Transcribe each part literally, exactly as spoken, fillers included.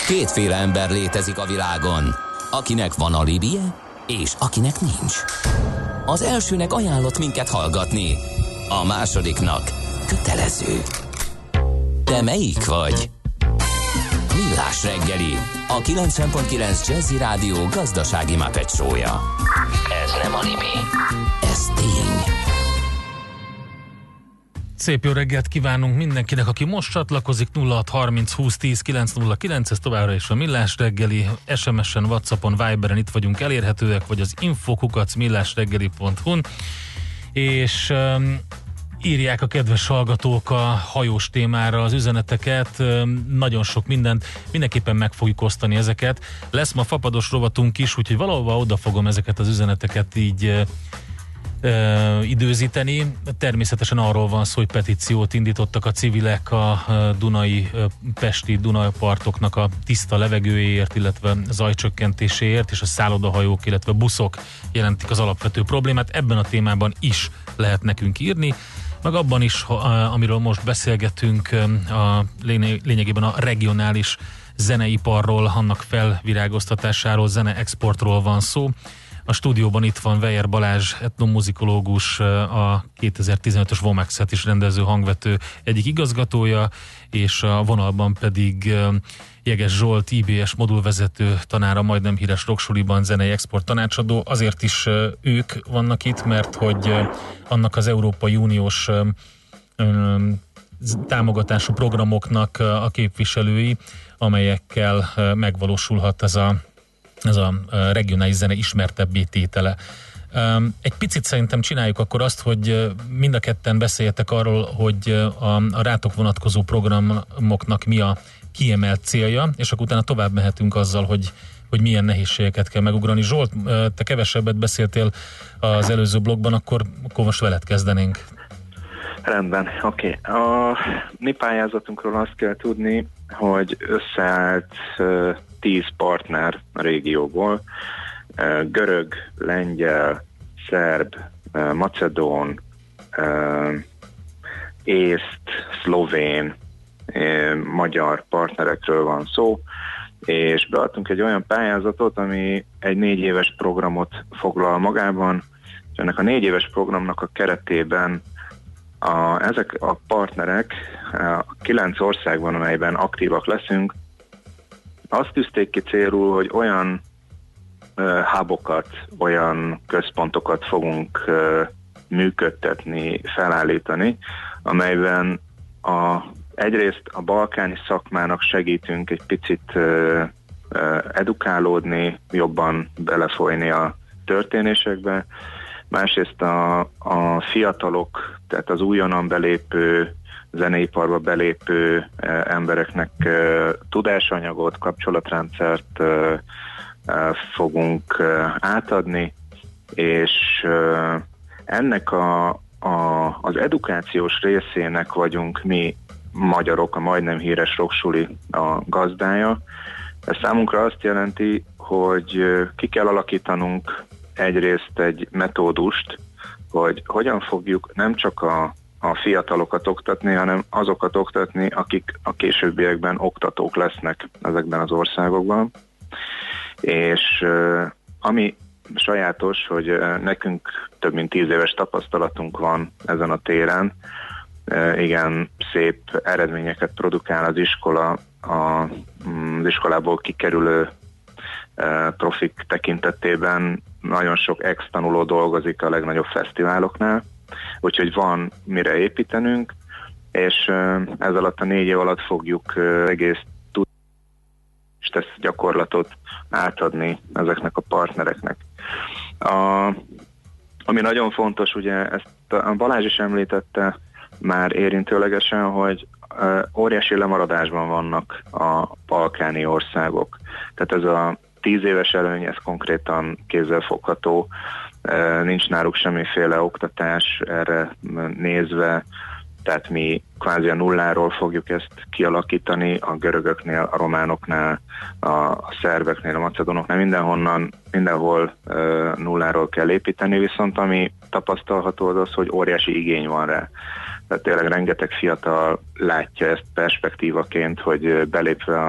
Kétféle ember létezik a világon, akinek van alibije, és akinek nincs. Az elsőnek ajánlott minket hallgatni, a másodiknak kötelező. Te melyik vagy? Millás reggeli, a kilencven pont kilenc Jazzy Rádió gazdasági Muppet show-ja. Ez nem anime, ez tény. Szép jó reggelt kívánunk mindenkinek, aki most csatlakozik. Nulla hat harminc húsz tíz kilenc nulla kilenc, ez továbbra is a Millás reggeli. es em es-en, WhatsAppon, Viberen itt vagyunk elérhetőek, vagy az infokukac millásreggeli pont hu-n, és um, írják a kedves hallgatók a hajós témára az üzeneteket, um, nagyon sok mindent, mindenképpen meg fogjuk osztani ezeket. Lesz ma fapados rovatunk is, úgyhogy valahova oda fogom ezeket az üzeneteket így uh, Uh, időzíteni. Természetesen arról van szó, hogy petíciót indítottak a civilek a uh, Dunai, uh, pesti Dunapartoknak a tiszta levegőjéért, illetve zajcsökkentéséért, és a szállodahajók, illetve buszok jelentik az alapvető problémát. Ebben a témában is lehet nekünk írni, meg abban is, uh, amiről most beszélgetünk, uh, a lényegében a regionális zeneiparról, annak felvirágoztatásáról, zeneexportról van szó. A stúdióban itt van Weyer Balázs, etnomuzikológus, a kétezer-tizenötös Vomexet is rendező hangvető egyik igazgatója, és a vonalban pedig Jeges Zsolt, i bé es modulvezető tanára, majdnem híres Rocksuliban zenei export tanácsadó. Azért is ők vannak itt, mert hogy annak az Európai Uniós támogatású programoknak a képviselői, amelyekkel megvalósulhat ez a ez a regionális zene ismertebbé tétele. Egy picit szerintem csináljuk akkor azt, hogy mind a ketten beszéljetek arról, hogy a, a rátok vonatkozó programoknak mi a kiemelt célja, és akkor utána tovább mehetünk azzal, hogy, hogy milyen nehézségeket kell megugrani. Zsolt, te kevesebbet beszéltél az előző blogban, akkor, akkor most veled kezdenénk. Rendben, oké. Okay. A mi pályázatunkról azt kell tudni, hogy összeállt uh, tíz partner a régióból, uh, görög, lengyel, szerb, uh, macedón, uh, észt, szlovén, uh, magyar partnerekről van szó, és beadtunk egy olyan pályázatot, ami egy négy éves programot foglal magában, és ennek a négy éves programnak a keretében A, ezek a partnerek a kilenc országban, amelyben aktívak leszünk, azt tűzték ki célul, hogy olyan uh, hubokat, olyan központokat fogunk uh, működtetni, felállítani, amelyben a, egyrészt a balkáni szakmának segítünk egy picit uh, uh, edukálódni, jobban belefolyni a történésekbe, másrészt a, a fiatalok, tehát az újonnan belépő, zeneiparba belépő e, embereknek e, tudásanyagot, kapcsolatrendszert e, e, fogunk e, átadni, és e, ennek a, a, az edukációs részének vagyunk mi magyarok, a majdnem híres Rocksuli a gazdája. Ez számunkra azt jelenti, hogy ki kell alakítanunk egyrészt egy metódust, hogy hogyan fogjuk nem csak a, a fiatalokat oktatni, hanem azokat oktatni, akik a későbbiekben oktatók lesznek ezekben az országokban. És uh, ami sajátos, hogy uh, nekünk több mint tíz éves tapasztalatunk van ezen a téren, uh, igen szép eredményeket produkál az iskola, a, az iskolából kikerülő uh, profik tekintetében. Nagyon sok ex-tanuló dolgozik a legnagyobb fesztiváloknál, úgyhogy van mire építenünk, és ez alatt a négy év alatt fogjuk egész tudni, és ezt gyakorlatot átadni ezeknek a partnereknek. A, ami nagyon fontos, ugye ezt a Balázs is említette már érintőlegesen, hogy óriási lemaradásban vannak a balkáni országok. Tehát ez a tíz éves előny, ez konkrétan kézzelfogható, nincs náluk semmiféle oktatás erre nézve, tehát mi kvázi a nulláról fogjuk ezt kialakítani, a görögöknél, a románoknál, a szerbeknél, a macedónoknál, mindenhonnan, mindenhol nulláról kell építeni, viszont ami tapasztalható az az, hogy óriási igény van rá. Tehát tényleg rengeteg fiatal látja ezt perspektívaként, hogy belépve a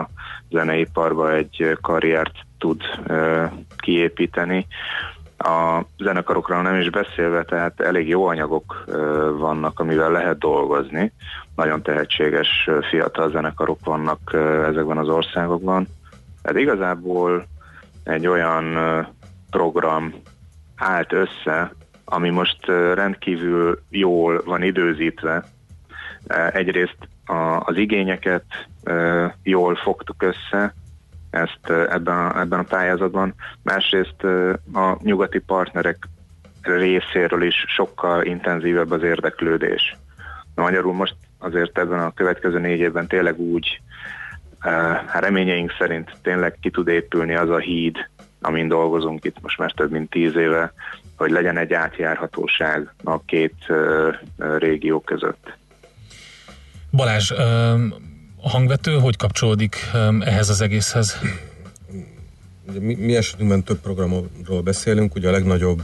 zeneiparba egy karriert tud kiépíteni. A zenekarokról nem is beszélve, tehát elég jó anyagok vannak, amivel lehet dolgozni. Nagyon tehetséges fiatal zenekarok vannak ezekben az országokban. Tehát igazából egy olyan program állt össze, ami most rendkívül jól van időzítve. Egyrészt az igényeket jól fogtuk össze, ezt ebben a, ebben a pályázatban. Másrészt a nyugati partnerek részéről is sokkal intenzívebb az érdeklődés. Na, magyarul most azért ebben a következő négy évben tényleg úgy, hát reményeink szerint tényleg ki tud épülni az a híd, amin dolgozunk itt most már több mint tíz éve, hogy legyen egy átjárhatóság a két régió között. Balázs, a hangvető hogy kapcsolódik ehhez az egészhez? Ugye mi, mi esetünkben több programról beszélünk, ugye a legnagyobb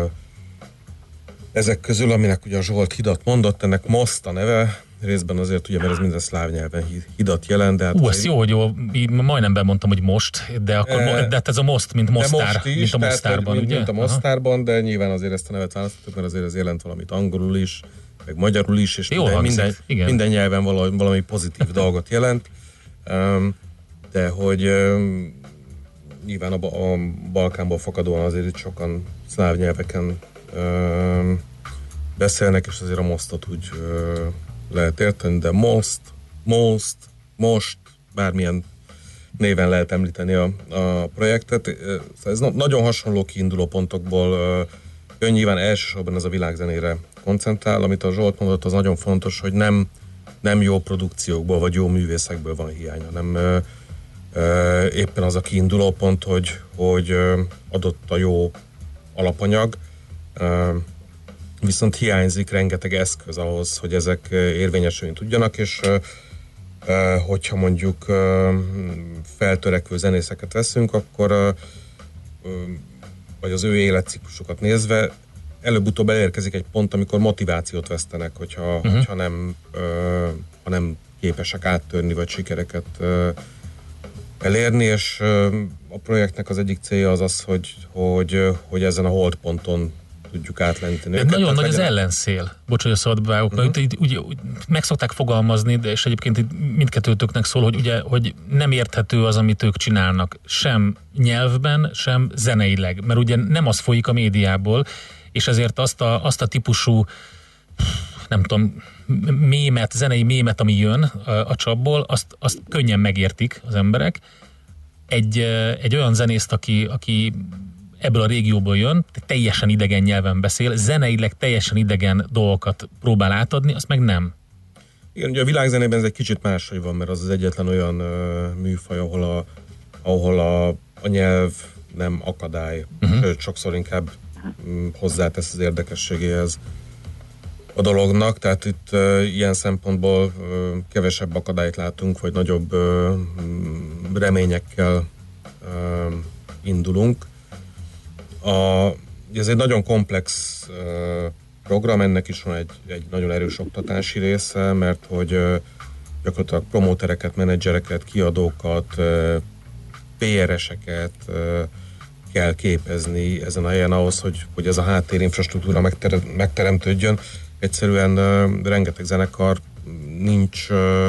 ezek közül, aminek ugye a Zsolt hidat mondott, ennek MOST a neve, részben azért ugye, mert ez minden szláv nyelven hidat jelent. De hát Ú, ez jó, hogy jó, majdnem bemondtam, hogy most, de akkor e, de hát ez a MOST, mint Mostár, most is, mint a Mostárban, mint, ugye? Mint a Mostárban, de nyilván azért ezt a nevet választottuk, mert azért ez jelent valamit angolul is, meg magyarul is, és minden, minden, minden nyelven valami, valami pozitív dolgot jelent. Um, de hogy um, nyilván a, a Balkánból fakadóan azért itt sokan szláv nyelveken um, beszélnek, és azért a mostot úgy uh, lehet érteni, de most, most, most, bármilyen néven lehet említeni a, a projektet. Ez nagyon hasonló kiinduló pontokból jön, nyilván elsősorban ez a világzenére koncentrál, amit a Zsolt mondott, az nagyon fontos, hogy nem, nem jó produkciókból, vagy jó művészekből van hiány, hanem ö, ö, éppen az a kiinduló pont, hogy, hogy ö, adott a jó alapanyag, ö, viszont hiányzik rengeteg eszköz ahhoz, hogy ezek érvényesülni tudjanak, és ö, ö, hogyha mondjuk ö, feltörekvő zenészeket veszünk, akkor ö, ö, vagy az ő életciklusokat nézve előbb-utóbb elérkezik egy pont, amikor motivációt vesztenek, hogyha, uh-huh. hogyha nem, ö, ha nem képesek áttörni, vagy sikereket ö, elérni, és ö, a projektnek az egyik célja az az, hogy, hogy, hogy ezen a holdponton tudjuk átlenteni. Nagyon nagy az ellenszél. Bocs, hogy a szabad vágok, uh-huh. mert ugye, ugye, ugye meg szokták fogalmazni, de és egyébként itt mindkettőtöknek szól, hogy ugye, hogy nem érthető az, amit ők csinálnak, sem nyelvben, sem zeneileg, mert ugye nem az folyik a médiából, és ezért azt a, azt a típusú, nem tudom, mémet, zenei mémet, ami jön a, a csapból, azt, azt könnyen megértik az emberek. Egy, egy olyan zenészt, aki, aki ebből a régióból jön, teljesen idegen nyelven beszél, zeneileg teljesen idegen dolgokat próbál átadni, azt meg nem. Igen, ugye a világzenében ez egy kicsit máshogy van, mert az az egyetlen olyan uh, műfaj, ahol a, ahol a, a nyelv nem akadály, uh-huh. sőt, sokszor inkább um, hozzátesz az érdekességéhez a dolognak, tehát itt uh, ilyen szempontból uh, kevesebb akadályt látunk, vagy nagyobb uh, reményekkel uh, indulunk. A, ez egy nagyon komplex uh, program, ennek is van egy, egy nagyon erős oktatási része, mert hogy uh, gyakorlatilag promótereket, menedzsereket, kiadókat, uh, pé er eseket uh, kell képezni ezen a helyen ahhoz, hogy, hogy ez a háttérinfrastruktúra megter- megteremtődjön. Egyszerűen uh, rengeteg zenekar nincs, uh,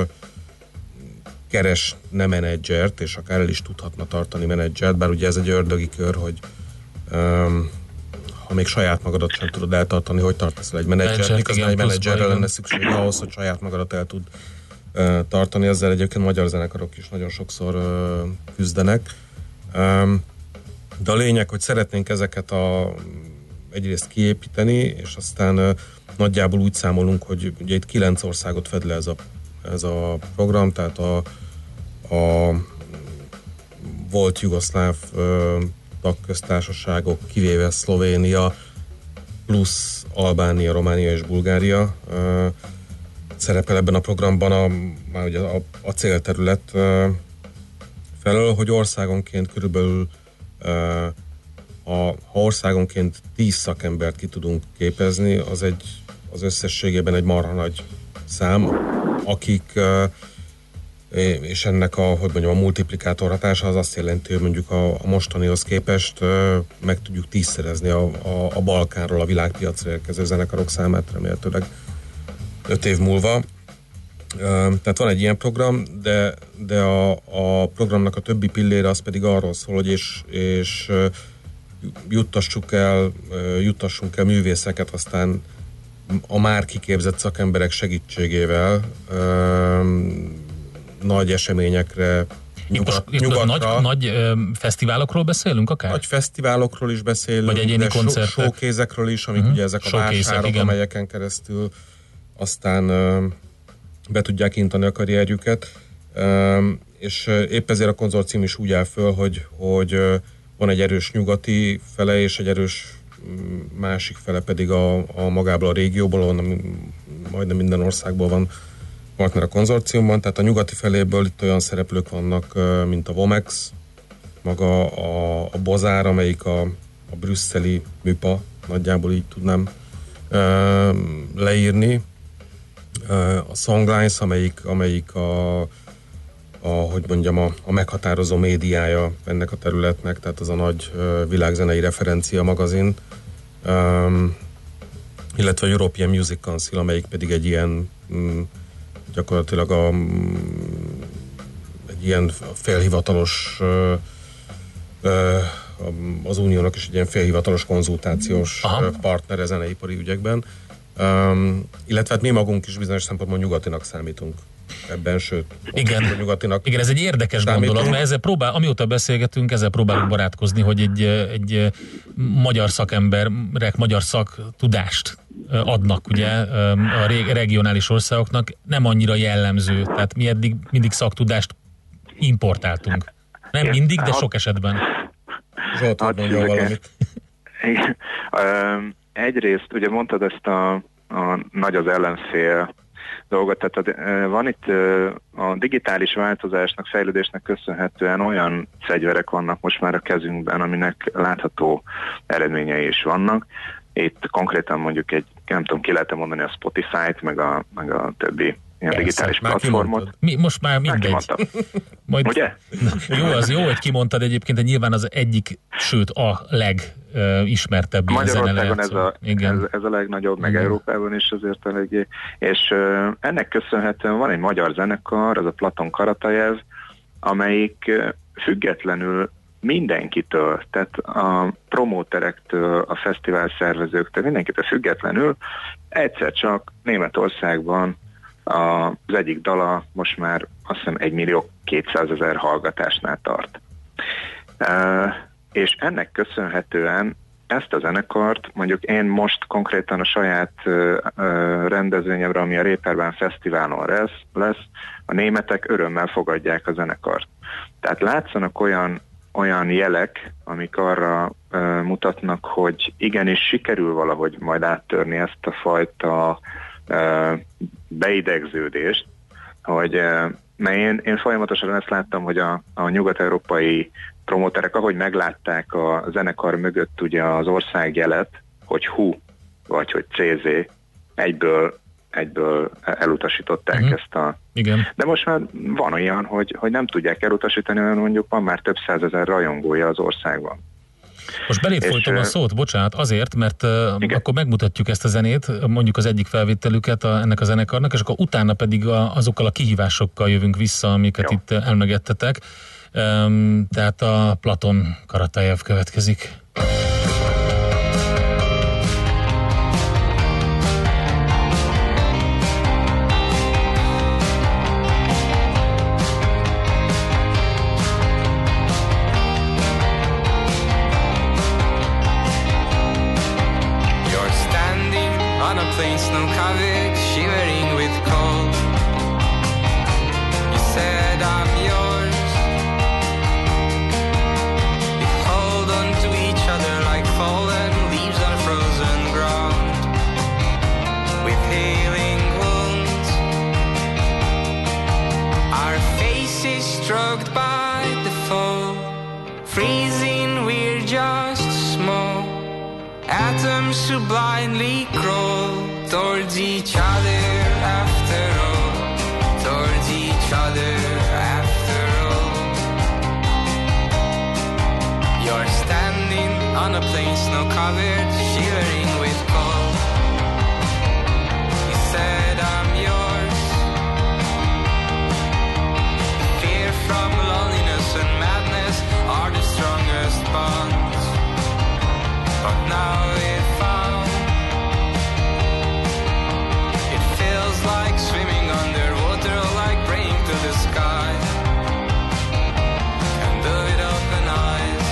keres nem menedzsert, és akár el is tudhatna tartani menedzsert, bár ugye ez egy ördögi kör, hogy Um, ha még saját magadat sem tudod eltartani, hogy tartasz el egy menedzsert, miközben egy menedzserre lenne szükség ahhoz, hogy saját magadat el tud uh, tartani, ezzel egyébként magyar zenekarok is nagyon sokszor uh, küzdenek. Um, de a lényeg, hogy szeretnénk ezeket a, egyrészt kiépíteni, és aztán uh, nagyjából úgy számolunk, hogy ugye itt kilenc országot fed le ez a, ez a program, tehát a, a volt jugoszláv uh, tagköztársaságok, kivéve Szlovénia, plusz Albánia, Románia és Bulgária uh, szerepel ebben a programban a, már ugye a, a célterület uh, felől, hogy országonként körülbelül uh, ha, ha országonként tíz szakembert ki tudunk képezni, az egy az összességében egy marha nagy szám, akik uh, és ennek a, hogy mondjam, a multiplikátor hatása az azt jelenti, hogy mondjuk a, a mostanihoz képest meg tudjuk tízszerezni a, a, a Balkánról a világpiacra érkező zenekarok számát remélhetőleg öt év múlva. Tehát van egy ilyen program, de, de a, a programnak a többi pillére az pedig arról szól, hogy és, és juttassuk el, juttassunk el művészeket aztán a már kiképzett szakemberek segítségével nagy eseményekre, nyugat, itt nyugatra. Nagy, nagy ö, fesztiválokról beszélünk akár? Nagy fesztiválokról is beszélünk, vagy egyéni koncertek. Showkézekről is, amik uh-huh. ugye ezek a Showkézek, vásárok, igen. amelyeken keresztül aztán ö, be tudják intani a karrierjüket. Ö, és épp ezért a konzorcium is úgy áll föl, hogy, hogy ö, van egy erős nyugati fele, és egy erős másik fele pedig a, a magából a régióból, onnan majdnem minden országból van partner a konzorciumban, tehát a nyugati feléből itt olyan szereplők vannak, mint a Vomex, maga a, a Bozár, amelyik a, a brüsszeli műpa, nagyjából így tudnám uh, leírni, uh, a Songlines, amelyik, amelyik a, a, hogy mondjam, a, a meghatározó médiája ennek a területnek, tehát az a nagy uh, világzenei referencia magazin, um, illetve a European Music Council, amelyik pedig egy ilyen um, gyakorlatilag a, egy ilyen félhivatalos az uniónak is egy ilyen félhivatalos konzultációs Aha. partnere zeneipari ügyekben. Um, illetve hát mi magunk is bizonyos szempontból nyugatinak számítunk ebben, sőt, igen. nyugatinak Igen, ez egy érdekes számítunk. Gondolat, mert ezzel próbál, amióta beszélgetünk, ezzel próbálunk barátkozni, hogy egy, egy magyar szakemberek, magyar szaktudást adnak ugye a regionális országoknak, nem annyira jellemző, tehát mi eddig mindig szaktudást importáltunk. Nem mindig, de sok esetben. Zsolt, mondja valamit. Egyrészt, ugye mondtad ezt a, a nagy az ellenfél dolgot, tehát a, van itt a digitális változásnak, fejlődésnek köszönhetően olyan fegyverek vannak most már a kezünkben, aminek látható eredményei is vannak. Itt konkrétan mondjuk egy, nem tudom, ki lehet mondani a Spotify-t, meg a, meg a többi ilyen Persze, digitális platformot. Mi, most már mindegy. Majd, ugye? Jó, az jó, hogy kimondtad egyébként, hogy nyilván az egyik, sőt a legismertebb uh, Magyarországon ez a, ez, ez a legnagyobb, meg Igen. Európában is azért eléggé. És uh, ennek köszönhetően van egy magyar zenekar, az a Platon Karatajev, amelyik uh, függetlenül mindenkitől, tehát a promóterektől, a fesztivál szervezőktől, mindenkitől függetlenül egyszer csak Németországban az egyik dala most már azt hiszem egy millió kétszázezer hallgatásnál tart. Uh, és ennek köszönhetően ezt a zenekart, mondjuk én most konkrétan a saját uh, rendezvényemre, ami a Reeperbahn Fesztiválon lesz, lesz, a németek örömmel fogadják a zenekart. Tehát látszanak olyan olyan jelek, amik arra uh, mutatnak, hogy igenis sikerül valahogy majd áttörni ezt a fajta uh, beidegződést, hogy uh, mert én, én folyamatosan ezt láttam, hogy a, a nyugat-európai promóterek, ahogy meglátták a zenekar mögött ugye az országjelet, hogy hú, vagy hogy cé zé, egyből egyből elutasították uh-huh. ezt a... Igen. De most már van olyan, hogy, hogy nem tudják elutasítani, olyan mondjuk van már több százezer rajongója az országban. Most beléd folytom a szót, bocsánat, azért, mert uh, akkor megmutatjuk ezt a zenét, mondjuk az egyik felvételüket a, ennek a zenekarnak, és akkor utána pedig a, azokkal a kihívásokkal jövünk vissza, amiket Jó. itt elmegettetek. Um, tehát a Platon Karatajev következik. Atoms who blindly crawl towards each other after all, towards each other. a plane, snow covered, shivering with cold. You said I'm yours. Fear from loneliness and madness are the strongest bonds. But now we're found. It feels like swimming underwater, or like praying to the sky. And do it open eyes.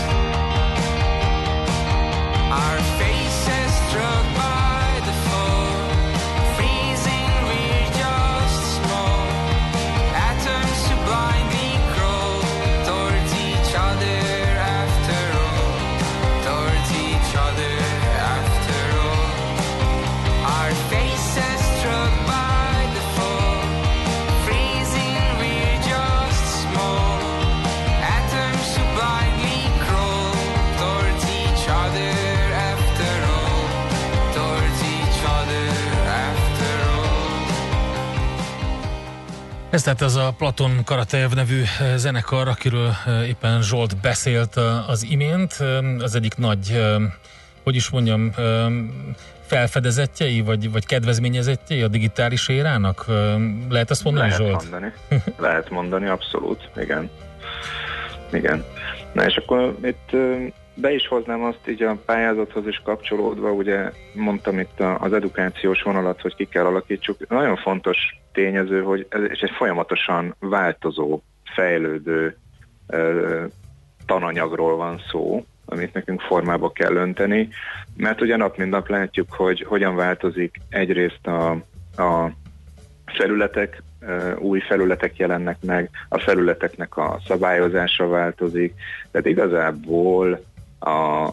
Our faces struck by the fall. Freezing, we're just small. Atoms who blindly crawl towards each other after all. Towards each other after all. Our faces struck by the fall. Freezing, we're just small. Atoms who blindly crawl towards each other after all. Towards each other after all. Ez tehát az a Platon Karatejev nevű eh, zenekar, akiről eh, éppen Zsolt beszélt eh, az imént. Eh, Az egyik nagy, eh, hogy is mondjam, eh, felfedezettjei, vagy, vagy kedvezményezettjei a digitális érának? Eh, Lehet azt mondani, Lehet Zsolt? mondani. Lehet mondani, abszolút. Igen. Igen. Na és akkor itt ö, be is hoznám azt így a pályázathoz is kapcsolódva, ugye mondtam itt a- az edukációs vonalat, hogy ki kell alakítsuk. Nagyon fontos tényező, hogy ez és egy folyamatosan változó, fejlődő ö, tananyagról van szó, amit nekünk formába kell önteni, mert ugye nap mint nap látjuk, hogy hogyan változik egyrészt a, a felületek, ö, új felületek jelennek meg, a felületeknek a szabályozása változik, tehát igazából a,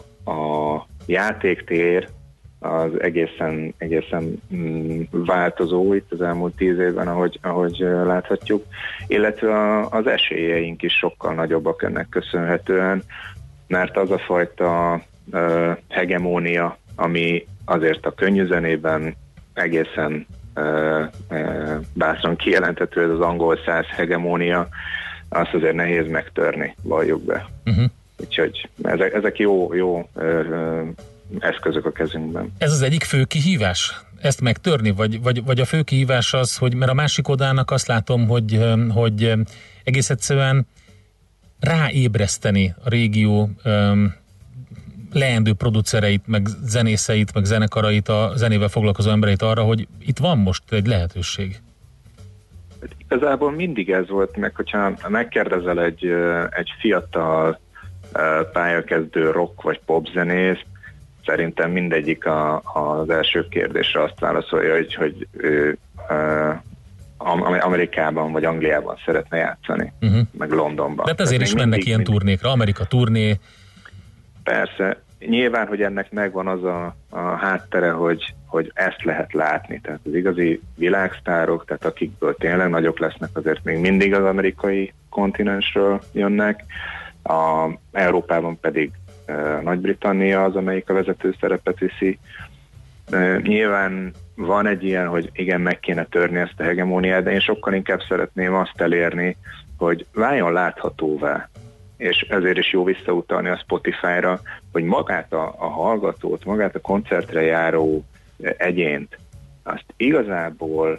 a játéktér az egészen, egészen mm, változó itt az elmúlt tíz évben, ahogy, ahogy ö, láthatjuk, illetve a, az esélyeink is sokkal nagyobbak ennek köszönhetően, mert az a fajta ö, hegemónia, ami azért a könnyűzenében egészen ö, ö, bátran kijelenthető, ez az angol száz hegemónia, azt azért nehéz megtörni, valljuk be. Uh-huh. Úgyhogy ezek, ezek jó, jó ö, ö, eszközök a kezünkben. Ez az egyik fő kihívás? Ezt megtörni? Vagy, vagy, vagy a fő kihívás az, hogy mert a másik oldalnak azt látom, hogy, öm, hogy öm, egész egyszerűen ráébreszteni a régió öm, leendő producereit, meg zenészeit, meg zenekarait, a zenével foglalkozó embereit arra, hogy itt van most egy lehetőség. Igazából mindig ez volt, meg hogyha megkérdezel egy, ö, egy fiatal ö, pályakezdő rock vagy popzenész, szerintem mindegyik a, az első kérdésre azt válaszolja, hogy, hogy ő ö, Am- Amerikában vagy Angliában szeretne játszani, uh-huh. meg Londonban. De hát ezért is mennek ilyen mindig turnékra, Amerika turné. Persze, nyilván, hogy ennek megvan az a, a háttere, hogy, hogy ezt lehet látni, tehát az igazi világsztárok, tehát akikből tényleg nagyok lesznek, azért még mindig az amerikai kontinensről jönnek, a Európában pedig uh, Nagy-Britannia az, amelyik a vezető szerepet viszi. Uh, nyilván van egy ilyen, hogy igen, meg kéne törni ezt a hegemóniát, de én sokkal inkább szeretném azt elérni, hogy váljon láthatóvá, és ezért is jó visszautalni a Spotify-ra, hogy magát a, a hallgatót, magát a koncertre járó egyént, azt igazából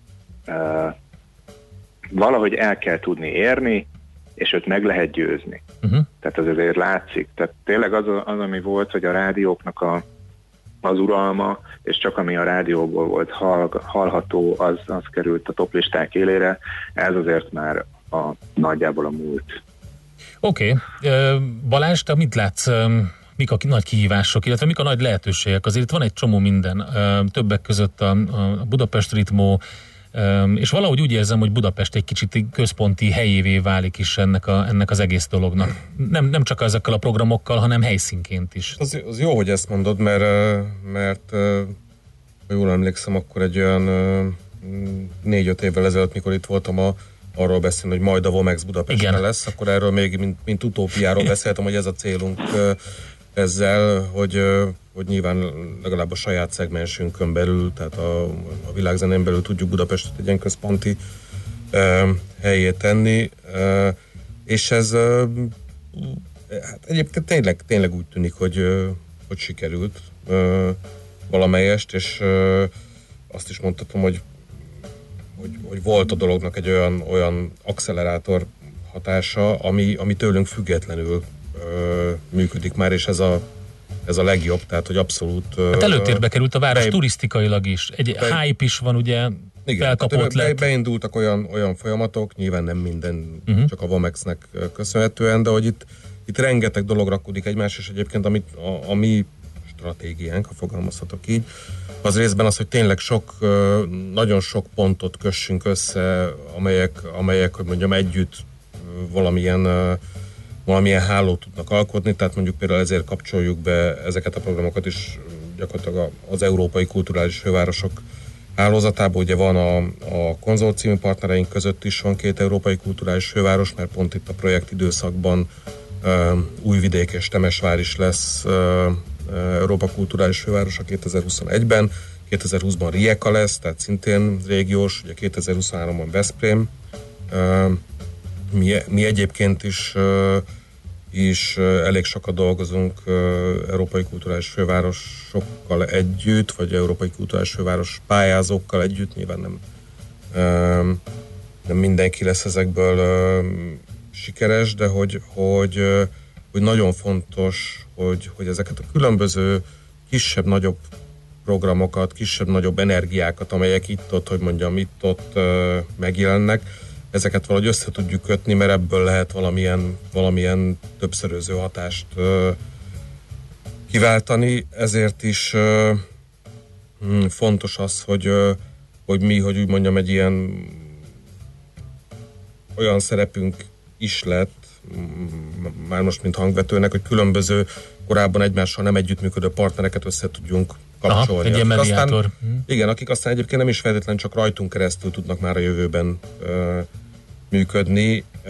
uh, valahogy el kell tudni érni, és őt meg lehet győzni. Uh-huh. Tehát az azért látszik. Tehát tényleg az, az, ami volt, hogy a rádióknak a, az uralma, és csak ami a rádióból volt hall, hallható, az, az került a toplisták élére, ez azért már a, nagyjából a múlt. Oké. Okay. Balázs, te mit látsz, mik a nagy kihívások, illetve mik a nagy lehetőségek? Azért van egy csomó minden, többek között a, a Budapest ritmó, és valahogy úgy érzem, hogy Budapest egy kicsit központi helyévé válik is ennek, a, ennek az egész dolognak. Nem, nem csak ezekkel a programokkal, hanem helyszínként is. Az, az jó, hogy ezt mondod, mert, mert ha jól emlékszem, akkor egy olyan négy-öt évvel ezelőtt, mikor itt voltam a arról beszélni, hogy majd a Vomex Budapesten lesz, akkor erről még mint, mint utópiáról beszéltem, hogy ez a célunk ezzel, hogy, hogy nyilván legalább a saját szegmensünkön belül, tehát a, a világzenén belül tudjuk Budapestet egy ilyen központi uh, helyét tenni, uh, és ez uh, hát egyébként tényleg, tényleg úgy tűnik, hogy, uh, hogy sikerült ö, valamelyest, és ö, azt is mondhatom, hogy, hogy, hogy volt a dolognak egy olyan, olyan accelerátor hatása, ami, ami tőlünk függetlenül ö, működik már, és ez a, ez a legjobb, tehát hogy abszolút... Ö, hát előtérbe került a város be, turisztikailag is. Egy be, hype is van, ugye, igen, felkapott be, lett. Beindultak olyan, olyan folyamatok, nyilván nem minden, uh-huh. csak a Vomexnek köszönhetően, de hogy itt, itt rengeteg dolog rakódik egymás, és egyébként amit, a, a mi stratégiánk, ha fogalmazhatok így, az részben az, hogy tényleg sok, nagyon sok pontot kössünk össze, amelyek, amelyek hogy mondjam, együtt valamilyen, valamilyen hálót tudnak alkotni, tehát mondjuk például ezért kapcsoljuk be ezeket a programokat is gyakorlatilag az európai kulturális fővárosok hálózatában. Ugye van a, a konzorciumi partnereink között is van két európai kulturális főváros, mert pont itt a projektidőszakban uh, Újvidék és Temesvár is lesz uh, Európa kulturális fővárosa kétezer-huszonegyben, kétezer-húszban Rijeka lesz, tehát szintén régiós, ugye kétezer-huszonháromban Veszprém. Uh, mi, mi egyébként is, uh, is uh, elég sokat dolgozunk uh, európai kulturális fővárosokkal együtt, vagy európai kulturális főváros pályázókkal együtt, nyilván nem, uh, nem mindenki lesz ezekből uh, sikeres, de hogy, hogy, uh, hogy nagyon fontos, hogy, hogy ezeket a különböző kisebb-nagyobb programokat, kisebb-nagyobb energiákat, amelyek itt-ott, hogy mondjam, itt-ott uh, megjelennek, ezeket valahogy össze tudjuk kötni, mert ebből lehet valamilyen, valamilyen többszöröző hatást uh, kiváltani. Ezért is uh, fontos az, hogy, uh, hogy mi, hogy úgy mondjam, egy ilyen olyan szerepünk is lett, már most mint hangvetőnek, hogy különböző korábban egymással nem együttműködő partnereket össze tudjunk kapcsolni. Aha, egy ilyen mediátor. Aztán, igen, akik aztán egyébként nem is feltétlenül csak rajtunk keresztül tudnak már a jövőben uh, működni, uh,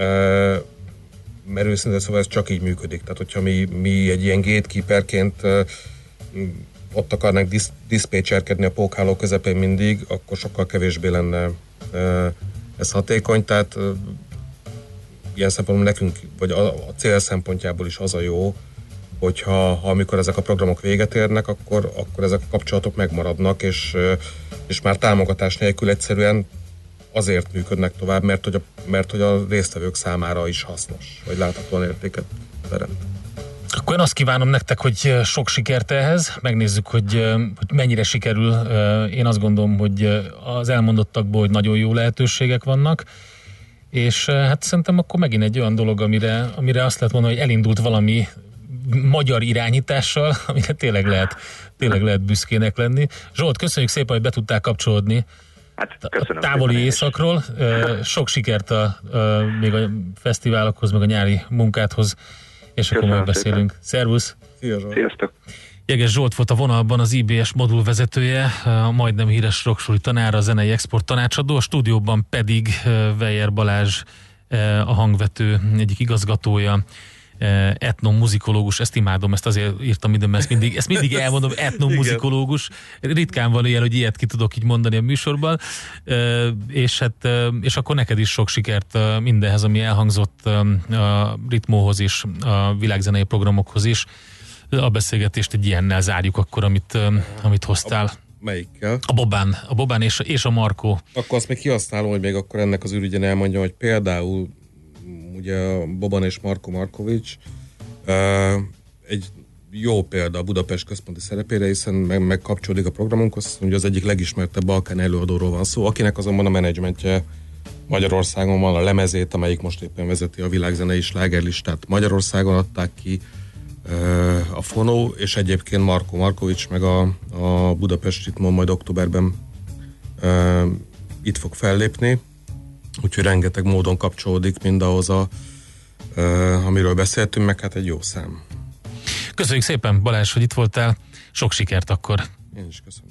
mert őszintén szóval ez csak így működik. Tehát, hogyha mi, mi egy ilyen gatekeeperként uh, ott akarnánk disz, diszpécserkedni a pókháló közepén mindig, akkor sokkal kevésbé lenne uh, ez hatékony, tehát uh, ilyen szempontból nekünk, vagy a, a cél szempontjából is az a jó, hogyha ha amikor ezek a programok véget érnek, akkor, akkor ezek a kapcsolatok megmaradnak, és, és már támogatás nélkül egyszerűen azért működnek tovább, mert hogy a, mert hogy a résztvevők számára is hasznos, vagy láthatóan értéket teremt. Akkor én azt kívánom nektek, hogy sok sikert ehhez, megnézzük, hogy, hogy mennyire sikerül. Én azt gondolom, hogy az elmondottakból, hogy nagyon jó lehetőségek vannak, és hát szerintem akkor megint egy olyan dolog, amire, amire azt lehet mondani, hogy elindult valami magyar irányítással, amire tényleg lehet, tényleg lehet büszkének lenni. Zsolt, köszönjük szépen, hogy be tudtál kapcsolódni hát, a távoli északról. Sok sikert a, a, még a fesztiválokhoz, meg a nyári munkádhoz, és köszönöm, akkor majd beszélünk. Szépen. Szervusz! Sziasztok! Jeges Zsolt volt a vonalban, az i bé es modulvezetője, a majdnem híres rocksuli tanára, a zenei export tanácsadó, a stúdióban pedig Weyer Balázs, a hangvető egyik igazgatója, etnomuzikológus, ezt imádom, ezt azért írtam ide, mert ezt mindig, ezt mindig elmondom, etnomuzikológus. Ritkán van ilyen, hogy ilyet ki tudok így mondani a műsorban, és hát, és akkor neked is sok sikert mindenhez, ami elhangzott a ritmóhoz is, a világzenei programokhoz is. A beszélgetést egy ilyennel zárjuk akkor, amit, amit hoztál. A, melyikkel? A Bobán, a Bobán és, és a Markó. Akkor azt még kihasználom, hogy még akkor ennek az ürügyen elmondjam, hogy például ugye a Boban és Marko Markovics egy jó példa a Budapest központi szerepére, hiszen meg, megkapcsolódik a programunkhoz, ugye az egyik legismertebb balkán előadóról van szó, akinek azonban a menedzsmentje Magyarországon van, a lemezét, amelyik most éppen vezeti a világzenei slágerlistát Magyarországon adták ki a Fonó, és egyébként Marko Markovics meg a, a Budapest Ritmon majd októberben uh, itt fog fellépni, úgyhogy rengeteg módon kapcsolódik mindahhoz, a, uh, amiről beszéltünk, meg hát egy jó szám. Köszönjük szépen, Balázs, hogy itt voltál, sok sikert akkor! Én is köszönöm.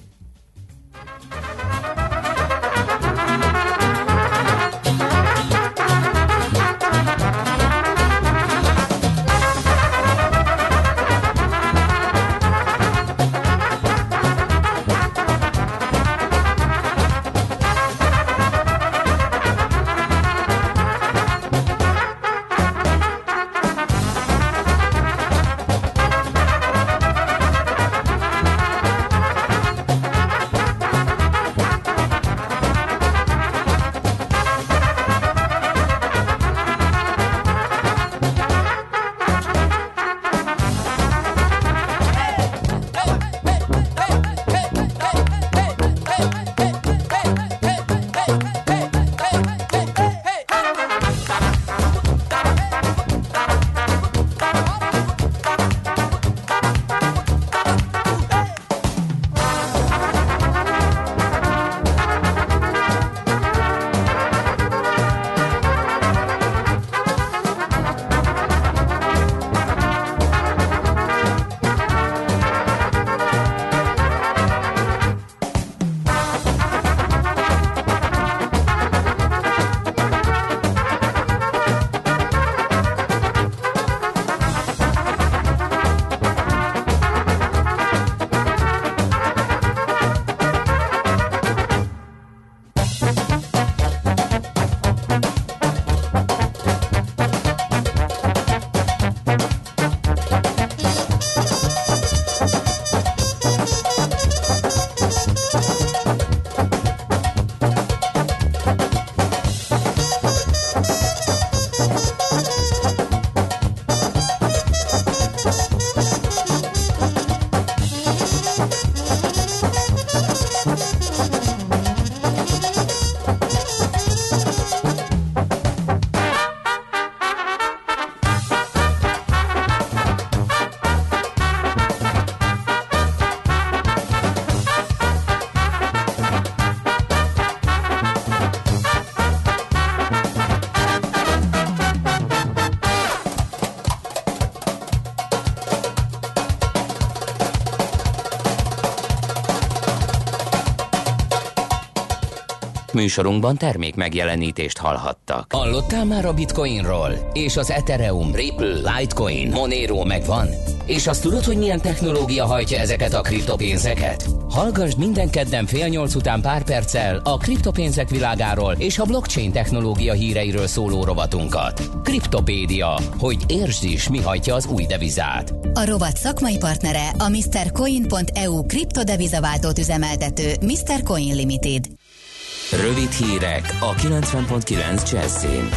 műsorunkban termék megjelenítést hallhattak. Hallottál már a Bitcoinról? És az Ethereum, Ripple, Litecoin, Monero megvan? És azt tudod, hogy milyen technológia hajtja ezeket a kriptopénzeket? Hallgassd minden kedden fél nyolc után pár perccel a kriptopénzek világáról és a blockchain technológia híreiről szóló rovatunkat. Kriptopédia, hogy értsd is, mi hajtja az új devizát. A rovat szakmai partnere a misztercoin pont e u kriptodevizaváltót üzemeltető miszter Coin Limited. Rövid hírek a kilencven pont kilenc Jazzin.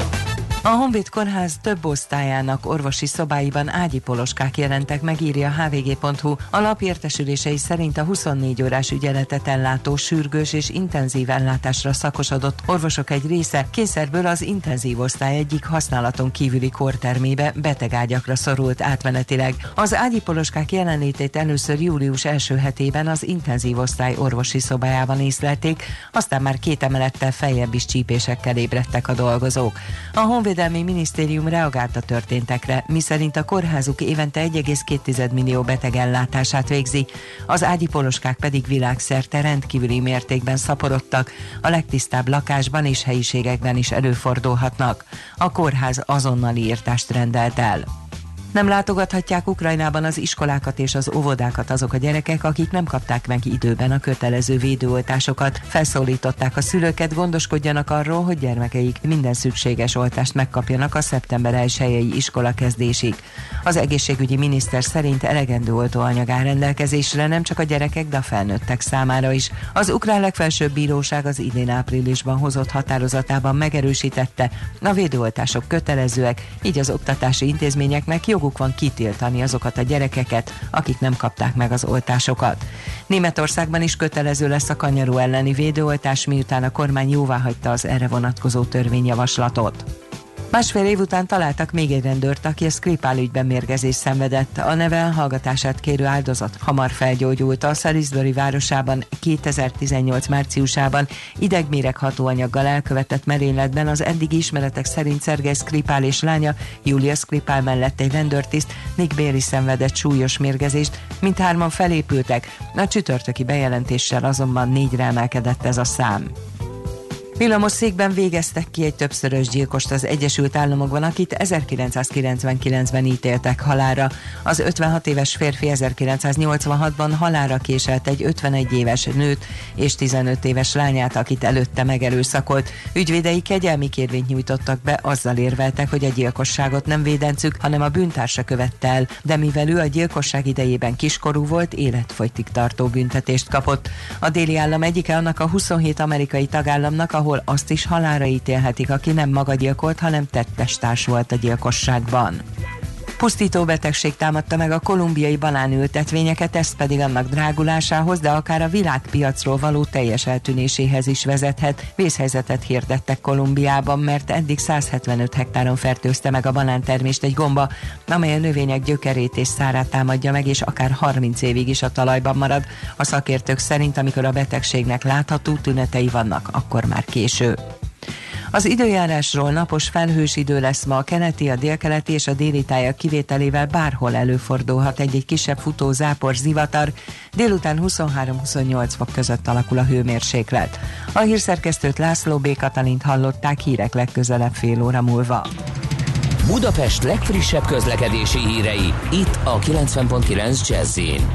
A Honvéd Kórház több osztályának orvosi szobáiban ágyi poloskák jelentek meg, írja a há vé gé pont hú. A lap értesülései szerint a huszonnégy órás ügyeletet ellátó sürgős és intenzív ellátásra szakosodott orvosok egy része kényszerből az intenzív osztály egyik használaton kívüli kórtermébe, betegágyakra szorult átmenetileg. Az ágyi poloskák jelenlétét először július első hetében az intenzív osztály orvosi szobájában észlelték, aztán már két emelettel feljebb is csípésekkel ébredtek a dolgozók. A Honvéd Védelmi Minisztérium reagált a történtekre, miszerint a kórházuk évente egy egész két millió beteg ellátását végzi, az ágyi poloskák pedig világszerte rendkívüli mértékben szaporodtak, a legtisztább lakásban és helyiségekben is előfordulhatnak. A kórház azonnali írtást rendelt el. Nem látogathatják Ukrajnában az iskolákat és az óvodákat azok a gyerekek, akik nem kapták meg időben a kötelező védőoltásokat. Felszólították a szülőket, gondoskodjanak arról, hogy gyermekeik minden szükséges oltást megkapjanak a szeptember elsejei iskola kezdésig. Az egészségügyi miniszter szerint elegendő oltóanyag áll rendelkezésre nem csak a gyerekek, de a felnőttek számára is. Az ukrán legfelsőbb bíróság az idén áprilisban hozott határozatában megerősítette, a védőoltások kötelezőek, így az oktatási intézményeknek joguk van kitiltani azokat a gyerekeket, akik nem kapták meg az oltásokat. Németországban is kötelező lesz a kanyaró elleni védőoltás, miután a kormány jóváhagyta az erre vonatkozó törvényjavaslatot. Másfél év után találtak még egy rendőrt, aki a Skripal ügyben mérgezést szenvedett. A neve elhallgatását kérő áldozat hamar felgyógyult. A Salisbury városában kétezer-tizennyolc márciusában idegméreg hatóanyaggal elkövetett merényletben az eddigi ismeretek szerint Szergej Skripal és lánya Julia Skripal mellett egy rendőrtiszt, Nick Bailey szenvedett súlyos mérgezést, mindhárman felépültek. A csütörtöki bejelentéssel azonban négyre emelkedett ez a szám. Villamos székben végeztek ki egy többszörös gyilkost az Egyesült Államokban, akit ezerkilencszázkilencvenkilencben ítéltek halálra. Az ötvenhat éves férfi ezerkilencszáznyolcvanhatban halálra késelt egy ötvenegy éves nőt és tizenöt éves lányát, akit előtte megerőszakolt. Ügyvédei kegyelmi kérvényt nyújtottak be, azzal érveltek, hogy a gyilkosságot nem védencük, hanem a bűntársa követte el, de mivel ő a gyilkosság idejében kiskorú volt, életfogytig tartó büntetést kapott. A déli állam egyike annak a huszonhét amerikai tagállamnak, ahol azt is halálra ítélhetik, aki nem maga gyilkolt, hanem tettestárs volt a gyilkosságban. Pusztító betegség támadta meg a kolumbiai banánültetvényeket, ez pedig annak drágulásához, de akár a világpiacról való teljes eltűnéséhez is vezethet. Vészhelyzetet hirdettek Kolumbiában, mert eddig száz hetvenöt hektáron fertőzte meg a banántermést egy gomba, amely a növények gyökerét és szárát támadja meg, és akár harminc évig is a talajban marad. A szakértők szerint, amikor a betegségnek látható tünetei vannak, akkor már késő. Az időjárásról: napos, felhős idő lesz ma, a keleti, a délkeleti és a déli tájak kivételével bárhol előfordulhat egy-egy kisebb futó, zápor, zivatar. Délután huszonhárom-huszonnyolc fok között alakul a hőmérséklet. A hírszerkesztőt, László B. Katalint hallották, hírek legközelebb fél óra múlva. Budapest legfrissebb közlekedési hírei, itt a kilencven pont kilenc Jazzin.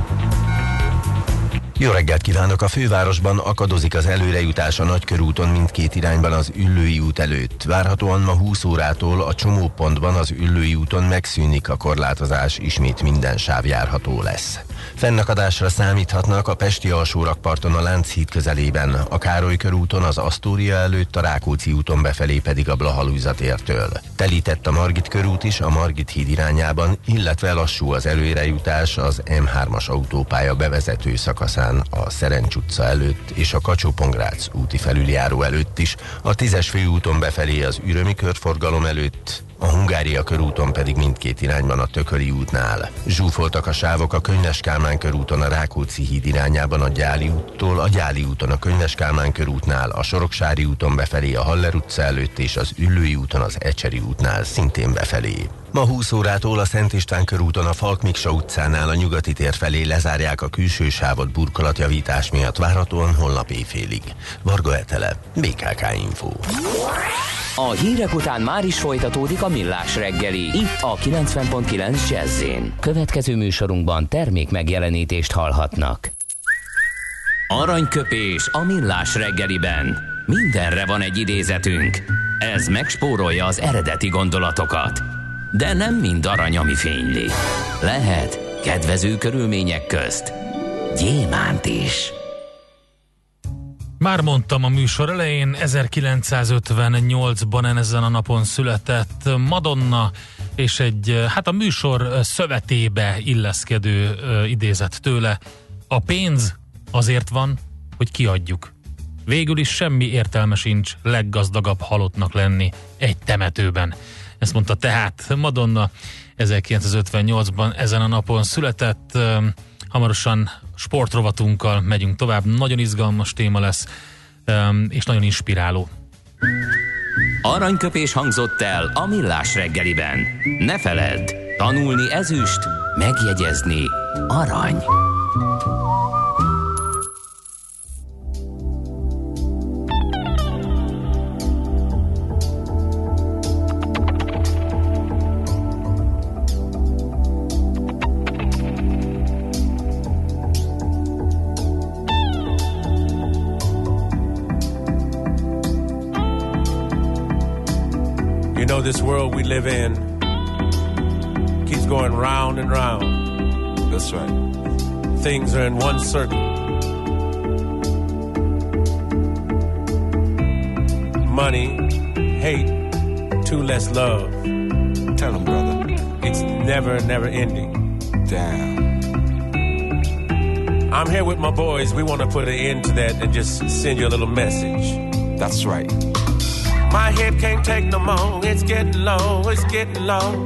Jó reggelt kívánok! A fővárosban akadozik az előrejutás a Nagykörúton mindkét irányban az Üllői út előtt. Várhatóan ma húsz órától a csomópontban az Üllői úton megszűnik a korlátozás, ismét minden sáv járható lesz. Fennakadásra számíthatnak a pesti alsórakparton a Lánchíd közelében, a Károly körúton az Asztória előtt, a Rákóczi úton befelé pedig a Blaha-Lujza tértől. Telített a Margit körút is a Margit híd irányában, illetve lassú az előrejutás az M hármas autópálya bevezető szakaszán a Szerencs utca előtt és a Kacsó-Pongrác úti felüljáró előtt is, a tízes főúton befelé az Ürömi körforgalom előtt, a Hungária körúton pedig mindkét irányban a Tököli útnál. Zsúfoltak a sávok a Könyves Kálmán körúton a Rákóczi híd irányában a Gyáli úttól, a Gyáli úton a Könyves Kálmán körútnál, a Soroksári úton befelé a Haller utca előtt és az Üllői úton az Ecseri útnál szintén befelé. Ma húsz órától a Szent István körúton a Falk Miksa utcánál a Nyugati tér felé lezárják a külső sávot burkolatjavítás miatt, várhatóan holnap éjfélig. Varga Etele, bé ká ká Info. A hírek után már is folytatódik a Millás reggeli, itt a kilencven pont kilenc Jazz-én. Következő műsorunkban termék megjelenítést hallhatnak. Aranyköpés a Millás reggeliben. Mindenre van egy idézetünk. Ez megspórolja az eredeti gondolatokat. De nem mind arany, ami fényli. Lehet kedvező körülmények közt gyémánt is. Már mondtam a műsor elején, ezerkilencszázötvennyolcban ezen a napon született Madonna, és egy, hát a műsor szövetébe illeszkedő idézet tőle. A pénz azért van, hogy kiadjuk. Végül is semmi értelme sincs leggazdagabb halottnak lenni egy temetőben. Ezt mondta tehát Madonna, ezerkilencszázötvennyolcban ezen a napon született. Hamarosan sportrovatunkkal megyünk tovább, nagyon izgalmas téma lesz, és nagyon inspiráló. Aranyköpés hangzott el a Millás reggeliben. Ne feledd, tanulni ezüst, megjegyezni arany. You know, this world we live in keeps going round and round. That's right. Things are in one circle. Money, hate, two less love. Tell them, brother. It's never, never ending. Damn. I'm here with my boys. We want to put an end to that and just send you a little message. That's right. My head can't take no more. It's getting low, it's getting low.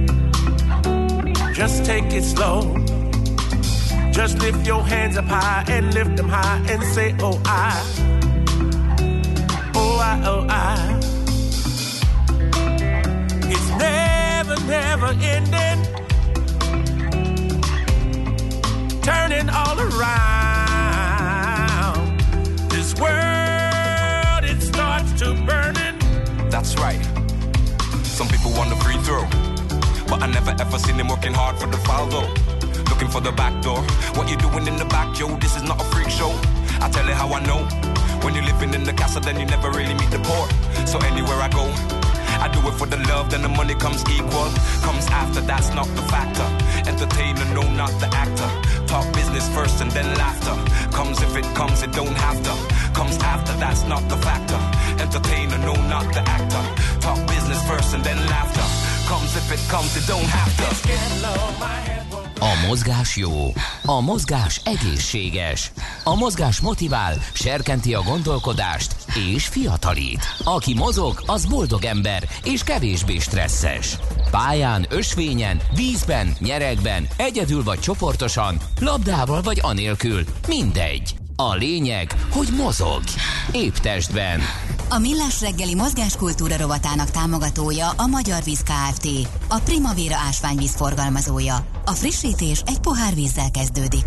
Just take it slow. Just lift your hands up high and lift them high and say, oh, I. Oh, I, oh, I. It's never, never ending. Turning all around. This world, it starts to burn. That's right. Some people want the free throw, but I never ever seen them working hard for the foul though. Looking for the back door. What you doing in the back, yo? This is not a freak show. I tell you how I know. When you're living in the castle, then you never really meet the poor. So anywhere I go, I do it for the love, then the money comes equal. Comes after, that's not the factor. Entertainer, no, not the actor. Talk business first and then laughter. Comes if it comes, it don't have to. Comes after, that's not the factor. Entertainer, no, not the actor. Talk business first and then laughter. Comes if it comes, it don't have to. A mozgás jó, a mozgás egészséges, a mozgás motivál, serkenti a gondolkodást és fiatalít. Aki mozog, az boldog ember és kevésbé stresszes. Pályán, ösvényen, vízben, nyeregben, egyedül vagy csoportosan, labdával vagy anélkül, mindegy. A lényeg, hogy mozog. Épp testben. A Millás reggeli mozgáskultúra rovatának támogatója a Magyar Víz Kft. A Primavera ásványvíz forgalmazója. A frissítés egy pohár vízzel kezdődik.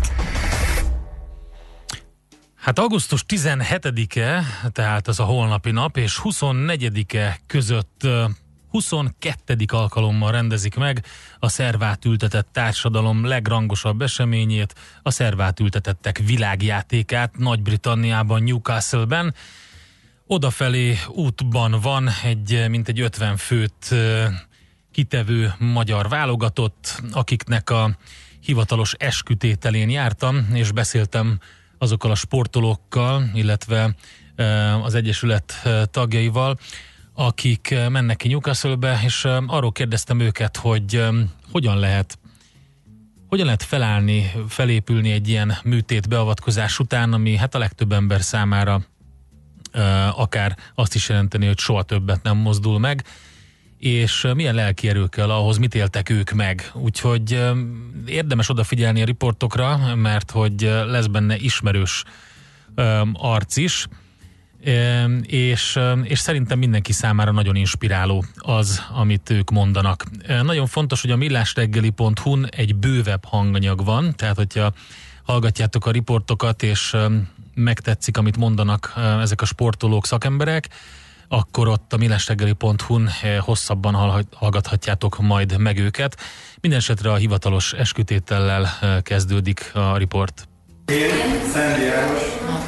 Hát augusztus tizenhetedike, tehát az a holnapi nap, és huszonnegyedike között huszonkettedik alkalommal rendezik meg a szervátültetett társadalom legrangosabb eseményét, a szervátültetettek világjátékát Nagy-Britanniában, Newcastle-ben. Odafelé útban van egy mintegy ötven főt kitevő magyar válogatott, akiknek a hivatalos eskütételén jártam, és beszéltem azokkal a sportolókkal, illetve az Egyesület tagjaival, akik mennek ki Newcastle-be, és arról kérdeztem őket, hogy hogyan lehet, hogyan lehet felállni, felépülni egy ilyen műtét beavatkozás után, ami hát a legtöbb ember számára akár azt is jelenteni, hogy soha többet nem mozdul meg, és milyen lelki erő kell ahhoz, mit éltek ők meg. Úgyhogy érdemes odafigyelni a riportokra, mert hogy lesz benne ismerős arc is, és, és szerintem mindenki számára nagyon inspiráló az, amit ők mondanak. Nagyon fontos, hogy a millásreggeli pont hu-n egy bővebb hanganyag van, tehát hogyha hallgatjátok a riportokat, és megtetszik, amit mondanak ezek a sportolók, szakemberek, akkor ott a millásreggeli pont hu-n hosszabban hallgathatjátok majd meg őket. Mindenesetre a hivatalos eskütétellel kezdődik a riport. Én, Szendi János,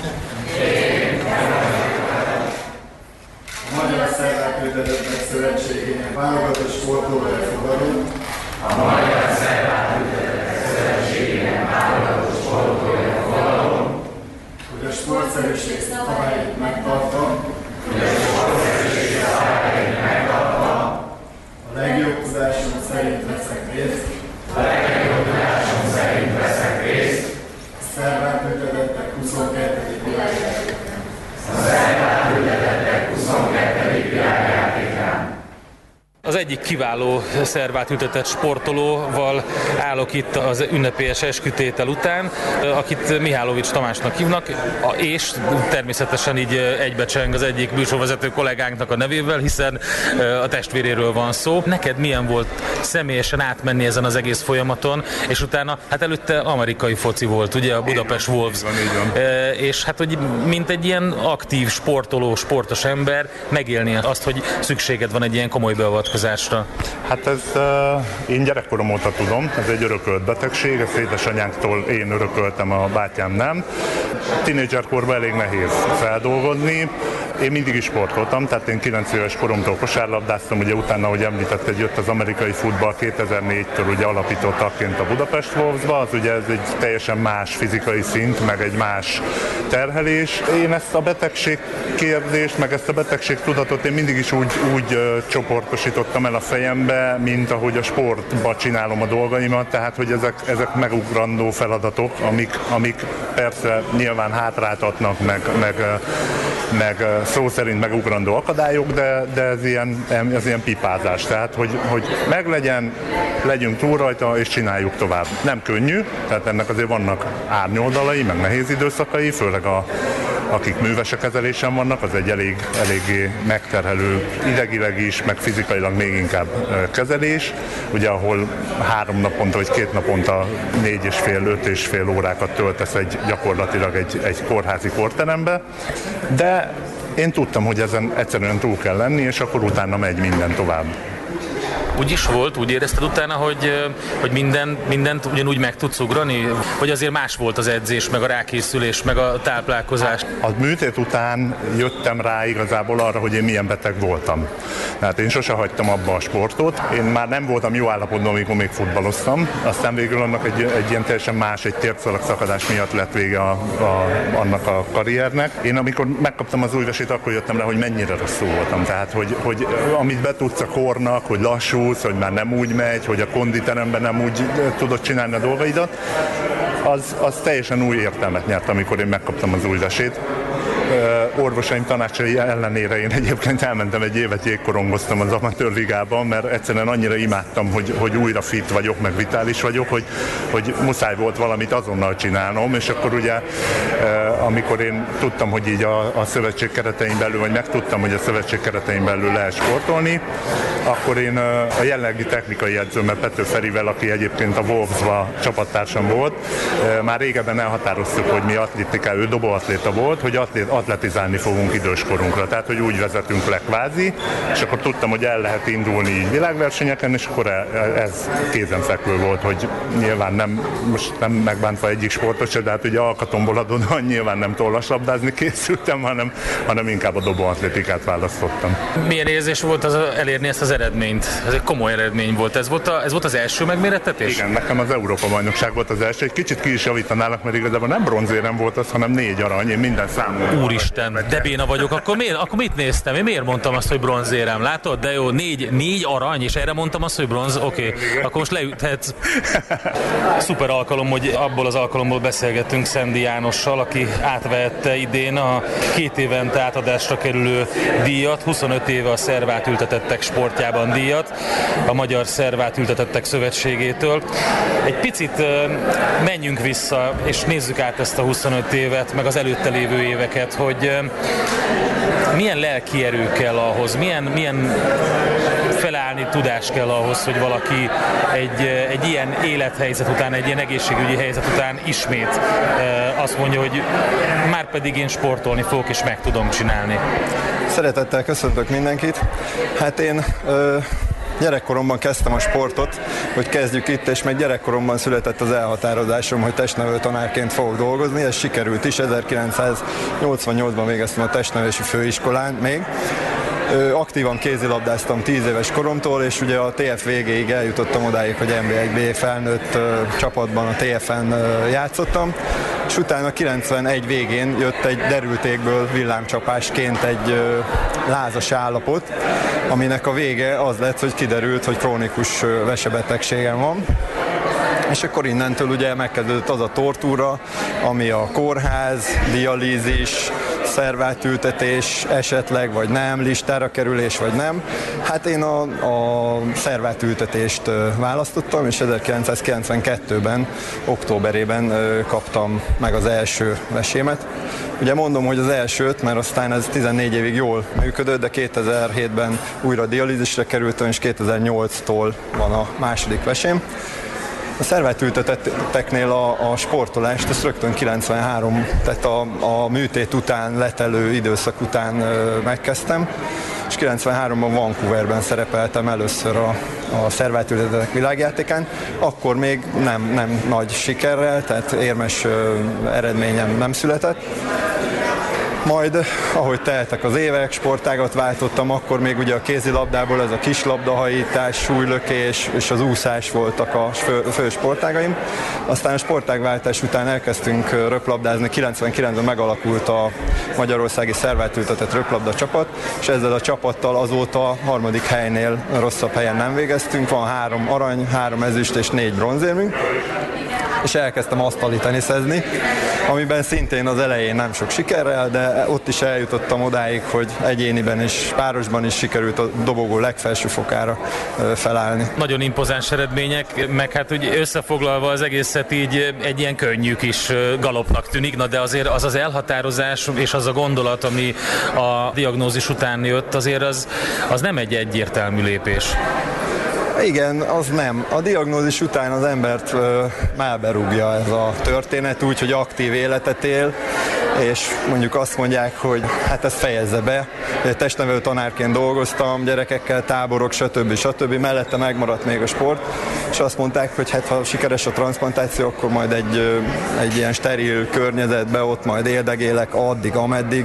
a Magyar Szervátültetettek Szövetségének válogatott sportolója fogadunk. A Magyar Szervátültetettek Szövetségének válogatott sportolója fogadunk. Hogy a sportszerűség szabályait megtartom. Hogy a sportszerűség szabályait megtartom. A legjobb tudásom szerint veszek részt. A legjobb tudásom szerint veszek részt. A Szervátültetettek huszonkettedik világjátékán. A Szervátültetettek huszonkettedik világjátékán. Az egyik kiváló szervátültetett sportolóval állok itt az ünnepélyes eskütétel után, akit Mihálovics Tamásnak hívnak, és természetesen így egybecseng az egyik műsorvezető kollégánknak a nevével, hiszen a testvéréről van szó. Neked milyen volt személyesen átmenni ezen az egész folyamaton, és utána, hát előtte amerikai foci volt, ugye, a Budapest Wolves. Van, így van. És hát, hogy mint egy ilyen aktív sportoló, sportos ember megélni azt, hogy szükséged van egy ilyen komoly beavatkozásra. Hát ez uh, én gyerekkorom óta tudom, ez egy örökölt betegség, ezt édesanyánktól én örököltem, a bátyám nem. Tínédzserkorban elég nehéz feldolgozni. Én mindig is sportoltam, tehát én kilenc éves koromtól kosárlabdáztam, ugye utána, ahogy említetted, jött az amerikai futball kétezer-négytől ugye alapított tagként a Budapest Wolvesba, az ugye ez egy teljesen más fizikai szint, meg egy más terhelés. Én ezt a betegség kérdést, meg ezt a betegség tudatot én mindig is úgy, úgy uh, csoportosítottam el a fejembe, mint ahogy a sportba csinálom a dolgaimat, tehát hogy ezek, ezek megugrandó feladatok, amik, amik persze nyilván hátráltatnak, meg, meg, meg szó szerint megugrandó akadályok, de, de ez, ilyen, ez ilyen pipázás, tehát hogy, hogy meglegyen, legyünk túl rajta, és csináljuk tovább. Nem könnyű, tehát ennek azért vannak árnyoldalai, meg nehéz időszakai, főleg a akik műves kezelésen vannak, az egy elég, eléggé megterhelő, idegileg is, meg fizikailag még inkább kezelés, ugye ahol három naponta vagy két naponta négy és fél, öt és fél órákat töltesz egy, gyakorlatilag egy, egy kórházi kórterembe, de én tudtam, hogy ezen egyszerűen túl kell lenni, és akkor utána megy minden tovább. Úgy is volt, úgy érezted utána, hogy, hogy minden, mindent ugyanúgy meg tudsz ugrani? Vagy azért más volt az edzés, meg a rákészülés, meg a táplálkozás? A műtét után jöttem rá igazából arra, hogy én milyen beteg voltam. Tehát én sose hagytam abba a sportot. Én már nem voltam jó állapotban, amikor még futballoztam. Aztán végül annak egy, egy ilyen teljesen más, egy térdszalag szakadás miatt lett vége a, a, annak a karriernek. Én amikor megkaptam az újvesit, akkor jöttem rá, hogy mennyire rosszul voltam. Tehát, hogy, hogy amit betudsz a kornak, hogy lassú, hogy már nem úgy megy, hogy a konditeremben nem úgy tudod csinálni a dolgaidat, az, az teljesen új értelmet nyert, amikor én megkaptam az újvesét. Orvosaim tanácsai ellenére én egyébként elmentem egy évet, jégkorongoztam az amatőrligában, mert egyszerűen annyira imádtam, hogy, hogy újra fit vagyok, meg vitális vagyok, hogy, hogy muszáj volt valamit azonnal csinálnom, és akkor ugye, amikor én tudtam, hogy így a, a szövetség keretein belül, vagy megtudtam, hogy a szövetség keretein belül lehet sportolni, akkor én a jelenlegi technikai edzőmmel, Pető Ferivel, aki egyébként a Wolvesba csapattársam volt, már régebben elhatároztuk, hogy mi atlétika, ő dobóatléta volt, hogy atlét, atletizálni fogunk időskorunkra, tehát hogy úgy vezetünk le kvázi, és akkor tudtam, hogy el lehet indulni így világversenyeken, és akkor ez kézenfekvő volt, hogy nyilván nem, most nem megbántva egyik sportos, de hát ugye alkatomból adódóan nyilván nem tollaslabdázni készültem, hanem, hanem inkább a dobóatlétikát választottam. Milyen érzés volt az elérni ezt az eredményt? Ez egy komoly eredmény volt. Ez volt, a, ez volt az első megmérettetés? Igen, nekem az Európa-bajnokság volt az első. Egy kicsit ki is javítanálak, mert igazából nem bronzérem volt az, hanem négy arany, én minden számú. Úristen, de béna vagyok, akkor, miért, akkor mit néztem? Én miért mondtam azt, hogy bronzérem? Látod? De jó, négy, négy arany, és erre mondtam azt, hogy bronz? Oké, okay. Akkor most leüthetsz. Szuper alkalom, hogy abból az alkalomból beszélgettünk Szendi Jánossal, aki átvehette idén a két évente átadásra kerülő díjat, huszonöt éve a szervátültetettek sportjában díjat, a Magyar Szervátültetettek Szövetségétől. Egy picit menjünk vissza, és nézzük át ezt a huszonöt évet, meg az előtte lévő éveket, hogy milyen lelki erő kell ahhoz, milyen, milyen felállni tudás kell ahhoz, hogy valaki egy, egy ilyen élethelyzet után, egy ilyen egészségügyi helyzet után ismét azt mondja, hogy már pedig én sportolni fogok és meg tudom csinálni. Szeretettel köszöntök mindenkit. Hát én ö, gyerekkoromban kezdtem a sportot, hogy kezdjük itt, és még gyerekkoromban született az elhatározásom, hogy testnevelő tanárként fogok dolgozni. Ez sikerült is, ezerkilencszáznyolcvannyolcban végeztem a testnevelési főiskolán még. Ö, aktívan kézilabdáztam tíz éves koromtól, és ugye a té ef végéig eljutottam odáig, hogy en bé egy bé felnőtt ö, csapatban a té efen ö, játszottam, és utána kilencvenegy végén jött egy derültékből villámcsapásként egy ö, lázas állapot, aminek a vége az lett, hogy kiderült, hogy krónikus ö, vesebetegségem van. És akkor innentől ugye megkezdődött az a tortúra, ami a kórház, dialízis, szervátültetés esetleg, vagy nem, listára kerülés, vagy nem. Hát én a, a szervátültetést választottam, és ezerkilencszázkilencvenkettőben, októberében kaptam meg az első vesémet. Ugye mondom, hogy az elsőt, mert aztán ez tizennégy évig jól működött, de kétezer-hétben újra dialízisre kerültem, és kétezer-nyolctól van a második vesém. A szervátültetetteknél a, a sportolást, ezt rögtön kilencvenhárom, tehát a, a műtét után, letelő időszak után ö, megkezdtem, és kilencvenháromban Vancouverben szerepeltem először a, a szervátültetettek világjátékán, akkor még nem, nem nagy sikerrel, tehát érmes ö, eredményem nem született. Majd, ahogy teltek az évek, sportágat váltottam, akkor még ugye a kézilabdából ez a kislabdahajítás, súlylökés és az úszás voltak a fő, fő sportágaim. Aztán a sportágváltás után elkezdtünk röplabdázni, kilencvenkilencben megalakult a Magyarországi Szervátültetett Röplabda csapat, és ezzel a csapattal azóta a harmadik helynél rosszabb helyen nem végeztünk, van három arany, három ezüst és négy bronzérmünk. És elkezdtem asztali teniszezni, amiben szintén az elején nem sok sikerrel, de ott is eljutottam odáig, hogy egyéniben és párosban is sikerült a dobogó legfelső fokára felállni. Nagyon impozáns eredmények, meg hát úgy összefoglalva az egészet így egy ilyen könnyű kis galopnak tűnik, na de azért az az elhatározás és az a gondolat, ami a diagnózis után jött, azért az, az nem egy egyértelmű lépés. Igen, az nem. A diagnózis után az embert ö, már berúgja ez a történet úgy, hogy aktív életet él, és mondjuk azt mondják, hogy hát ezt fejezze be. Testnevelő tanárként dolgoztam, gyerekekkel, táborok, stb. stb. Mellette megmaradt még a sport, és azt mondták, hogy hát ha sikeres a transzplantáció, akkor majd egy, egy ilyen steril környezetbe ott majd éldegélek addig, ameddig.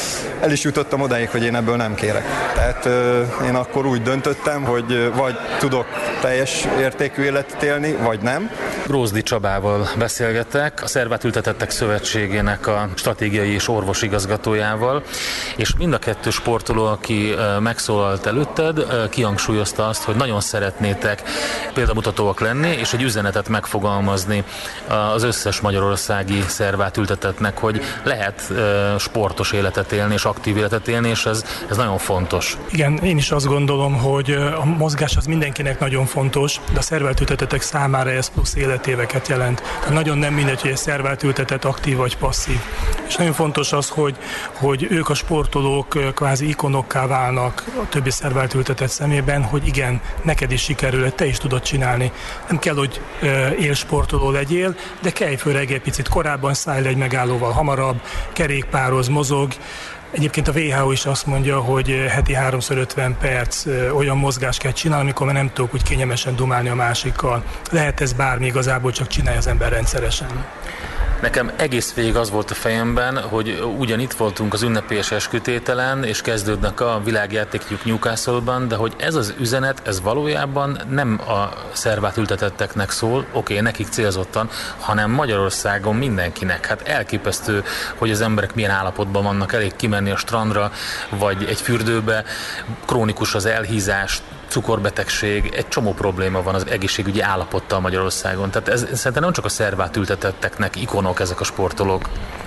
El is jutottam odáig, hogy én ebből nem kérek. Tehát ö, én akkor úgy döntöttem, hogy vagy tudok teljes értékű életet élni, vagy nem. Grózdi Csabával beszélgettek, a Szervátültetettek Szövetségének a stratégiai és orvosigazgatójával, és mind a kettő sportoló, aki megszólalt előtted, kihangsúlyozta azt, hogy nagyon szeretnétek példamutatóak lenni, és egy üzenetet megfogalmazni az összes magyarországi szervátültetettnek, hogy lehet sportos életet élni, és aktív életet élni, és ez, ez nagyon fontos. Igen, én is azt gondolom, hogy a mozgás az mindenkinek nagyon fontos, de a szervátültetettek számára ez plusz életéveket jelent. Tehát nagyon nem mindegy, hogy egy szervátültetett aktív vagy passzív. És nagyon fontos az, hogy, hogy ők a sportolók kvázi ikonokká válnak a többi szervátültetett szemében, hogy igen, neked is sikerül, te is tudod csinálni. Nem kell, hogy élsportoló legyél, de kelj föl egy picit korábban, szállj egy megállóval hamarabb, kerékpároz, mozog. Egyébként a vé há o is azt mondja, hogy heti háromszor ötven perc olyan mozgást kell csinálni, amikor már nem tudok úgy kényelmesen dumálni a másikkal. Lehet ez bármi, igazából csak csinálja az ember rendszeresen. Nekem egész végig az volt a fejemben, hogy ugyan itt voltunk az ünnepélyes eskütételen, és kezdődnek a világjátékjuk Newcastle-ban, de hogy ez az üzenet, ez valójában nem a szervátültetetteknek szól, oké, okay, nekik célzottan, hanem Magyarországon mindenkinek. Hát elképesztő, hogy az emberek milyen állapotban vannak, elég kimenni a strandra, vagy egy fürdőbe, krónikus az elhízás, cukorbetegség, egy csomó probléma van az egészségügyi állapottal Magyarországon. Tehát ez szerintem nem csak a szervátültetetteknek ikonok ezek a sportolók.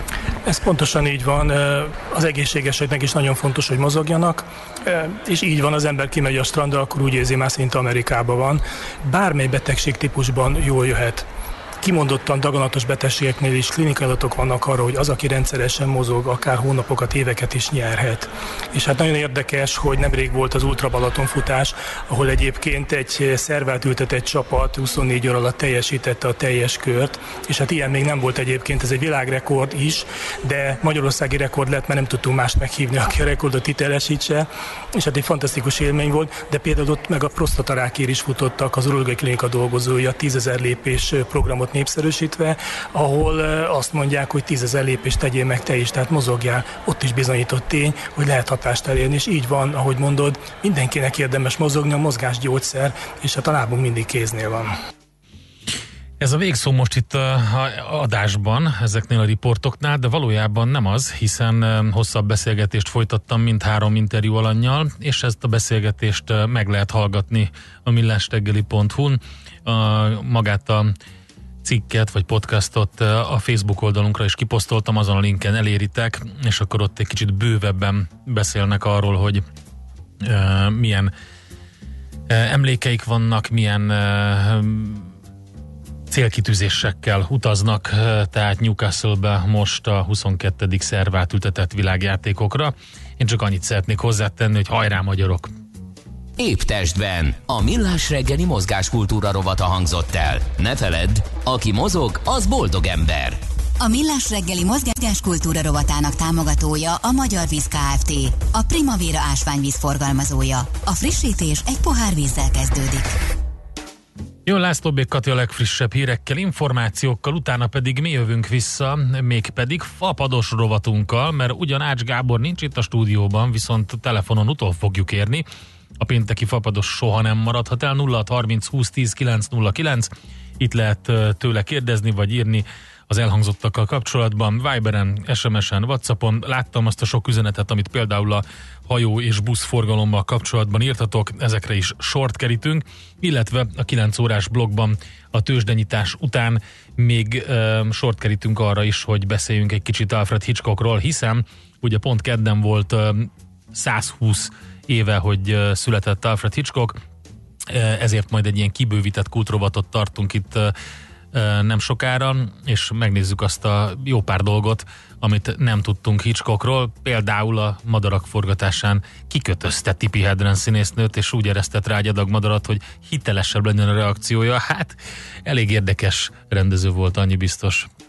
Ez pontosan így van. Az egészségeseknek is nagyon fontos, hogy mozogjanak, és így van, az ember kimegy a strandra, akkor úgy érzi, már szinte Amerikában van. Bármely betegségtípusban jól jöhet. kimondottan daganatos betegségeknél is klinikai adatok vannak arra, hogy az, aki rendszeresen mozog, akár hónapokat, éveket is nyerhet. És hát nagyon érdekes, hogy nemrég volt az Ultra Balaton futás, ahol egyébként egy szervelt ültetett csapat huszonnégy óra alatt teljesítette a teljes kört, és hát ilyen még nem volt egyébként, ez egy világrekord is, de magyarországi rekord lett, mert nem tudtunk mást meghívni, aki a rekordot itt teljesítse, és hát egy fantasztikus élmény volt, de például ott meg a prostatarákért is futottak, az urológiai klinika dolgozója tízezer lépés programot népszerűsítve, ahol azt mondják, hogy tízezer lépést tegyél meg te is, tehát mozogjál. Ott is bizonyított tény, hogy lehet hatást elérni, és így van, ahogy mondod, mindenkinek érdemes mozogni, a mozgás gyógyszer, és hát a lábunk mindig kéznél van. Ez a végszó most itt a adásban, ezeknél a riportoknál, de valójában nem az, hiszen hosszabb beszélgetést folytattam mindhárom interjú alannyal, és ezt a beszélgetést meg lehet hallgatni a millásreggeli pont hu-n. A, magát a cikket vagy podcastot a Facebook oldalunkra is kiposztoltam, azon a linken eléritek, és akkor ott egy kicsit bővebben beszélnek arról, hogy e, milyen e, emlékeik vannak, milyen e, célkitűzésekkel utaznak, tehát Newcastle-be most a huszonkettedik szervát ültetett világjátékokra. Én csak annyit szeretnék hozzátenni, hogy hajrá magyarok! Épp testben a Millás reggeli mozgáskultúra rovata hangzott el. Ne feledd, aki mozog, az boldog ember. A Millás reggeli mozgáskultúra rovatának támogatója a Magyar Víz Kft. A Primavera ásványvíz forgalmazója. A frissítés egy pohár vízzel kezdődik. Jön László B. Kati a legfrissebb hírekkel, információkkal, utána pedig mi jövünk vissza, mégpedig fapados rovatunkkal, mert ugyan Ács Gábor nincs itt a stúdióban, viszont telefonon utol fogjuk érni. A pénteki fapados soha nem maradhat el, nulla hat harminc húsz tíz kilenc nulla kilenc. Itt lehet tőle kérdezni, vagy írni az elhangzottakkal kapcsolatban, Viberen, es em es-en, WhatsAppon. Láttam azt a sok üzenetet, amit például a hajó és busz forgalommal kapcsolatban írtatok, ezekre is sort kerítünk, illetve a kilenc órás blogban a tőzsdenyítás után még e, sort kerítünk arra is, hogy beszéljünk egy kicsit Alfred Hitchcockról, hiszen ugye pont kedden volt e, száz húsz éve, hogy e, született Alfred Hitchcock, e, ezért majd egy ilyen kibővített kultrovatot tartunk itt e, nem sokára, és megnézzük azt a jó pár dolgot, amit nem tudtunk Hitchcockról, például a madarak forgatásán kikötözte Tippi Hedren színésznőt, és úgy eresztett rá egy adag madarat, hogy hitelesebb legyen a reakciója. Hát elég érdekes rendező volt, annyi biztos.